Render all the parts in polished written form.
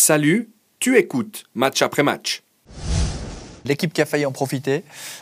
Salut, tu écoutes match après match. L'équipe qui a failli en profiter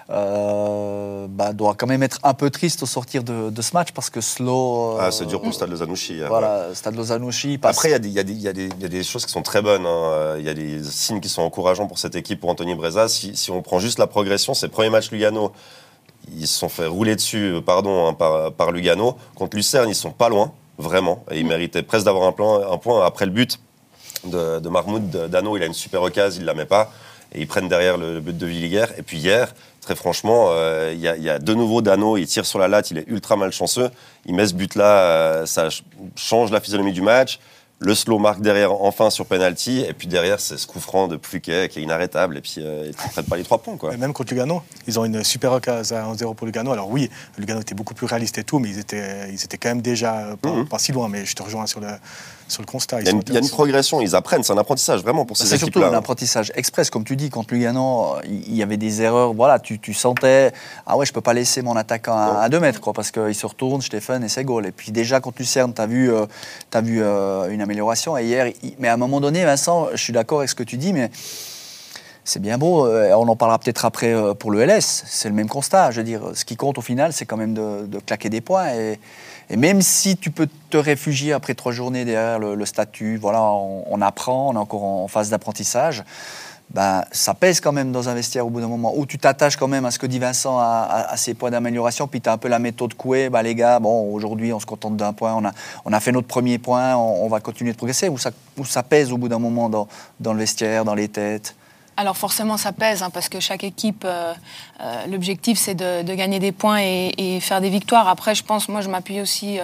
doit quand même être un peu triste au sortir de ce match parce que Slow... c'est dur pour Stade Lozanouchi. Voilà, Stade Lozanouchi... Après, il y a des choses qui sont très bonnes. Il y a des signes qui sont encourageants pour cette équipe, pour Anthony Breza. Si on prend juste la progression, ses premiers matchs Lugano, ils se sont fait rouler dessus par Lugano. Contre Lucerne, ils sont pas loin, vraiment. Et ils méritaient presque d'avoir un point après le but de Mahmoud Dano. Il a une super occasion, il ne la met pas. Et ils prennent derrière le but de Villiers. Et puis hier, très franchement, il y a de nouveau Dano, il tire sur la latte, il est ultra malchanceux. Il met ce but-là, ça change la physionomie du match. Le Slow marque derrière enfin sur penalty. Et puis derrière, c'est ce coup franc de Pluquet qui est inarrêtable. Et puis, ils ne prennent pas les 3 points. Quoi. Et même contre Lugano, ils ont une super occasion à 1-0 pour Lugano. Alors oui, Lugano était beaucoup plus réaliste et tout, mais ils étaient quand même déjà pas si loin. Mais je te rejoins sur le constat. Il y a une progression, ils apprennent, c'est un apprentissage vraiment pour ces équipes-là. C'est surtout un apprentissage express, comme tu dis, contre Lugano, il y avait des erreurs, voilà, tu sentais, ah ouais, je peux pas laisser mon attaquant à 2 mètres, quoi, parce qu'il se retourne, Stéphane, et c'est goal. Et puis déjà, contre Lucerne, tu as vu une amélioration, et hier, mais à un moment donné, Vincent, je suis d'accord avec ce que tu dis, mais c'est bien beau, on en parlera peut-être après pour le LS, c'est le même constat, je veux dire, ce qui compte au final, c'est quand même de claquer des points, et même si tu peux te réfugier après 3 journées derrière le statut, voilà, on apprend, on est encore en phase d'apprentissage, ça pèse quand même dans un vestiaire au bout d'un moment, où tu t'attaches quand même à ce que dit Vincent, à ces points d'amélioration, puis tu as un peu la méthode Coué, les gars, bon, aujourd'hui on se contente d'un point, on a fait notre premier point, on va continuer de progresser, où ça pèse au bout d'un moment dans le vestiaire, dans les têtes. Alors forcément ça pèse, parce que chaque équipe, l'objectif c'est de gagner des points et faire des victoires. Après je pense, moi je m'appuie aussi,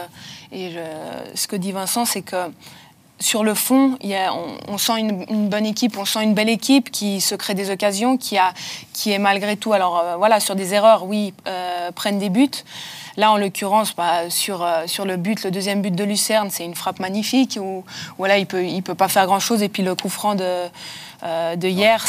ce que dit Vincent, c'est que sur le fond, on sent une bonne équipe, on sent une belle équipe qui se crée des occasions, qui est malgré tout, alors sur des erreurs, oui, prennent des buts. Là, en l'occurrence, sur le but, le deuxième but de Lucerne, c'est une frappe magnifique où voilà, il peut pas faire grand-chose. Et puis le coup franc de hier,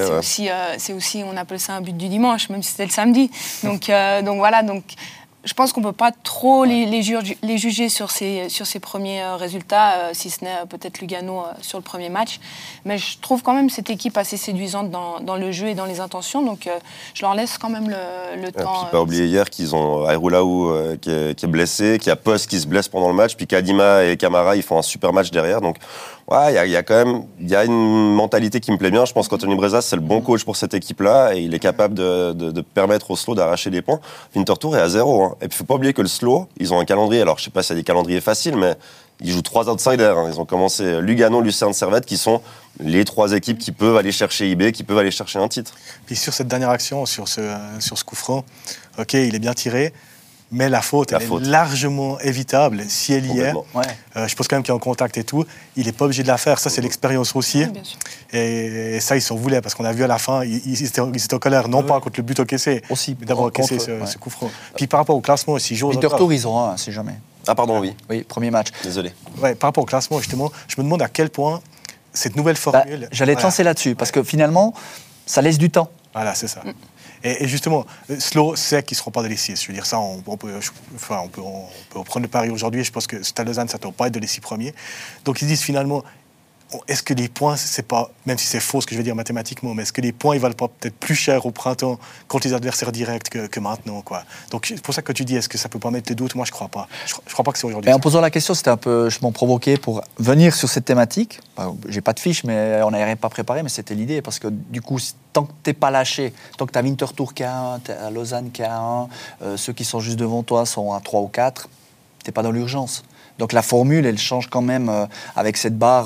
c'est aussi, on appelle ça un but du dimanche, même si c'était le samedi. Donc voilà. Je pense qu'on ne peut pas trop les juger sur ces premiers résultats, si ce n'est peut-être Lugano sur le premier match. Mais je trouve quand même cette équipe assez séduisante dans le jeu et dans les intentions. Donc je leur laisse quand même le temps. Il ne faut pas oublier hier qu'ils ont Aïroulaou qui est blessé, qu'il y a Post qui se blesse pendant le match, puis Kadima et Camara ils font un super match derrière. Donc il y a quand même une mentalité qui me plaît bien. Je pense qu'Anthony Breza, c'est le bon coach pour cette équipe-là et il est capable de permettre au Slow d'arracher des points. Winterthur est à 0. Et puis, il ne faut pas oublier que le Slow, ils ont un calendrier. Alors, je ne sais pas s'il y a des calendriers faciles, mais ils jouent 3 outsiders. Ils ont commencé Lugano, Lucerne, Servette, qui sont les 3 équipes qui peuvent aller chercher IB, qui peuvent aller chercher un titre. Puis, sur cette dernière action, sur ce coup franc, OK, il est bien tiré. Mais la faute est largement évitable si elle y est. Je pense quand même qu'il est en contact et tout. Il n'est pas obligé de la faire. Ça, c'est l'expérience aussi. Oui, et ça, ils s'en voulaient parce qu'on a vu à la fin, ils étaient en colère, non pas contre le but encaissé, mais d'avoir encaissé ce coup franc. Puis par rapport au classement aussi, Winterthur, ils ont un, c'est jamais. Ah, pardon, oui. Oui, premier match. Désolé. Ouais, par rapport au classement, justement, je me demande à quel point cette nouvelle formule. J'allais te lancer là-dessus parce que finalement, ça laisse du temps. Voilà, c'est ça. Et justement, Slow sait qu'ils ne seront pas de les 6. Je veux dire, ça, on peut prendre le pari aujourd'hui. Je pense que Stade Lausanne, ça ne doit pas être de les 6 premiers. Donc, ils disent finalement, est-ce que les points, c'est pas, même si c'est faux ce que je vais dire mathématiquement, mais est-ce que les points, ils valent pas peut-être plus cher au printemps contre les adversaires directs que maintenant, quoi. Donc, c'est pour ça que tu dis, est-ce que ça peut pas mettre les doutes? Moi, je crois pas. Je crois pas que c'est aujourd'hui. Et en posant la question, c'était un peu, je m'en provoquais pour venir sur cette thématique. J'ai pas de fiche, mais on n'avait pas préparé, mais c'était l'idée, parce que du coup, tant que t'es pas lâché, tant que t'as Winterthur qui a 1, t'as Lausanne qui a 1, ceux qui sont juste devant toi sont à 3 ou 4, t'es pas dans l'urgence. Donc la formule, elle change quand même, avec cette barre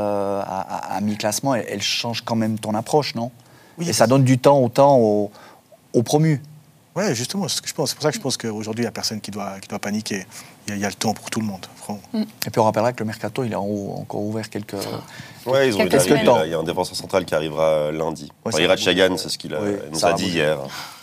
à mi-classement, elle change quand même ton approche, non? Oui, et ça donne du temps aux promus. Oui, justement, c'est ce que je pense. C'est pour ça que je pense qu'aujourd'hui, il n'y a personne qui doit paniquer. Il y a le temps pour tout le monde. Et puis on rappellera que le mercato, il a encore ouvert quelques Oui, temps. Il y a un défenseur central qui arrivera lundi. Iraad Chagan, c'est ce qu'il nous a dit hier.